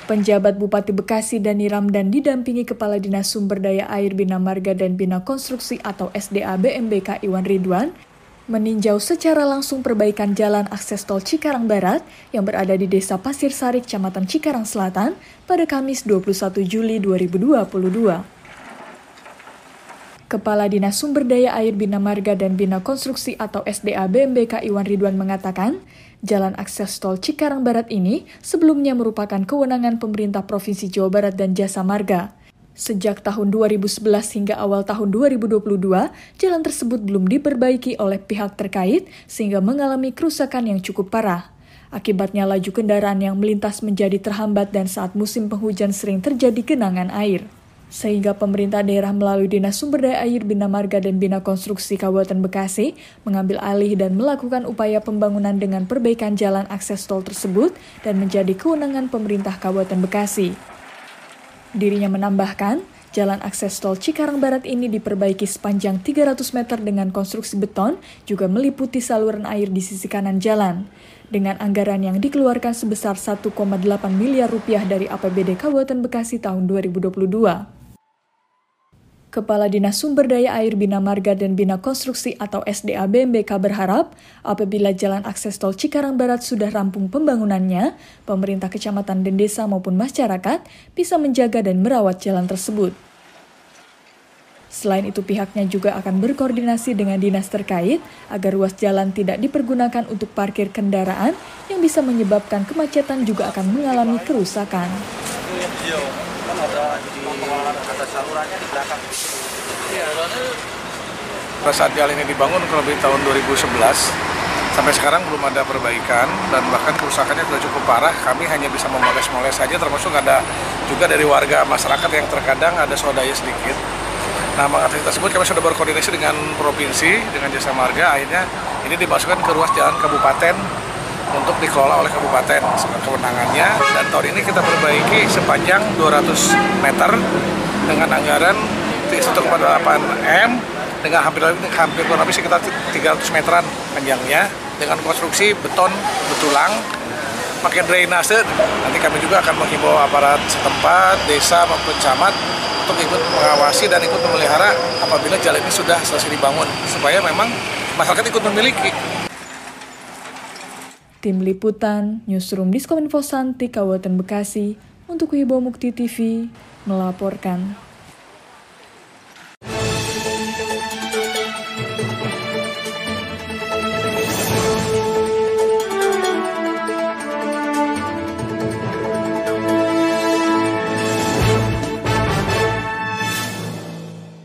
Penjabat Bupati Bekasi Dani Ramdan didampingi Kepala Dinas Sumber Daya Air Bina Marga dan Bina Konstruksi atau SDA BMBK Iwan Ridwan meninjau secara langsung perbaikan jalan akses tol Cikarang Barat yang berada di Desa Pasir Sari, Kecamatan Cikarang Selatan pada Kamis 21 Juli 2022. Kepala Dinas Sumber Daya Air Bina Marga dan Bina Konstruksi atau SDA BMBK Iwan Ridwan mengatakan, jalan akses tol Cikarang Barat ini sebelumnya merupakan kewenangan pemerintah Provinsi Jawa Barat dan Jasa Marga. Sejak tahun 2011 hingga awal tahun 2022, jalan tersebut belum diperbaiki oleh pihak terkait sehingga mengalami kerusakan yang cukup parah. Akibatnya laju kendaraan yang melintas menjadi terhambat dan saat musim penghujan sering terjadi genangan air. Sehingga pemerintah daerah melalui Dinas Sumber Daya Air Bina Marga dan Bina Konstruksi Kabupaten Bekasi mengambil alih dan melakukan upaya pembangunan dengan perbaikan jalan akses tol tersebut dan menjadi kewenangan pemerintah Kabupaten Bekasi. Dirinya menambahkan, jalan akses tol Cikarang Barat ini diperbaiki sepanjang 300 meter dengan konstruksi beton, juga meliputi saluran air di sisi kanan jalan. Dengan anggaran yang dikeluarkan sebesar 1,8 miliar rupiah dari APBD Kabupaten Bekasi tahun 2022. Kepala Dinas Sumber Daya Air Bina Marga dan Bina Konstruksi atau SDA BMBK berharap apabila jalan akses tol Cikarang Barat sudah rampung pembangunannya, pemerintah kecamatan dan desa maupun masyarakat bisa menjaga dan merawat jalan tersebut. Selain itu pihaknya juga akan berkoordinasi dengan dinas terkait agar ruas jalan tidak dipergunakan untuk parkir kendaraan yang bisa menyebabkan kemacetan juga akan mengalami kerusakan. Ada salurannya di belakang. Pada saat jalan ini dibangun kurang lebih tahun 2011, sampai sekarang belum ada perbaikan dan bahkan kerusakannya sudah cukup parah. Kami hanya bisa memoles-moles saja, termasuk ada juga dari warga masyarakat yang terkadang ada swadaya sedikit. Nah, mengatasi tersebut kami sudah berkoordinasi dengan provinsi, dengan Jasa Marga, akhirnya ini dimasukkan ke ruas jalan kabupaten untuk dikelola oleh kabupaten kewenangannya, dan tahun ini kita perbaiki sepanjang 200 meter dengan anggaran 1,8 M dengan hampir kurang lebih sekitar 300 meteran panjangnya dengan konstruksi beton betulang pakai drainase. Nanti kami juga akan menghimbau aparat setempat, desa maupun camat untuk ikut mengawasi dan ikut memelihara apabila jalan ini sudah selesai dibangun supaya memang masyarakat ikut memiliki. Tim Liputan, Newsroom Diskominfo Santi, Kabupaten Bekasi, untuk Wibo Mukti TV, melaporkan.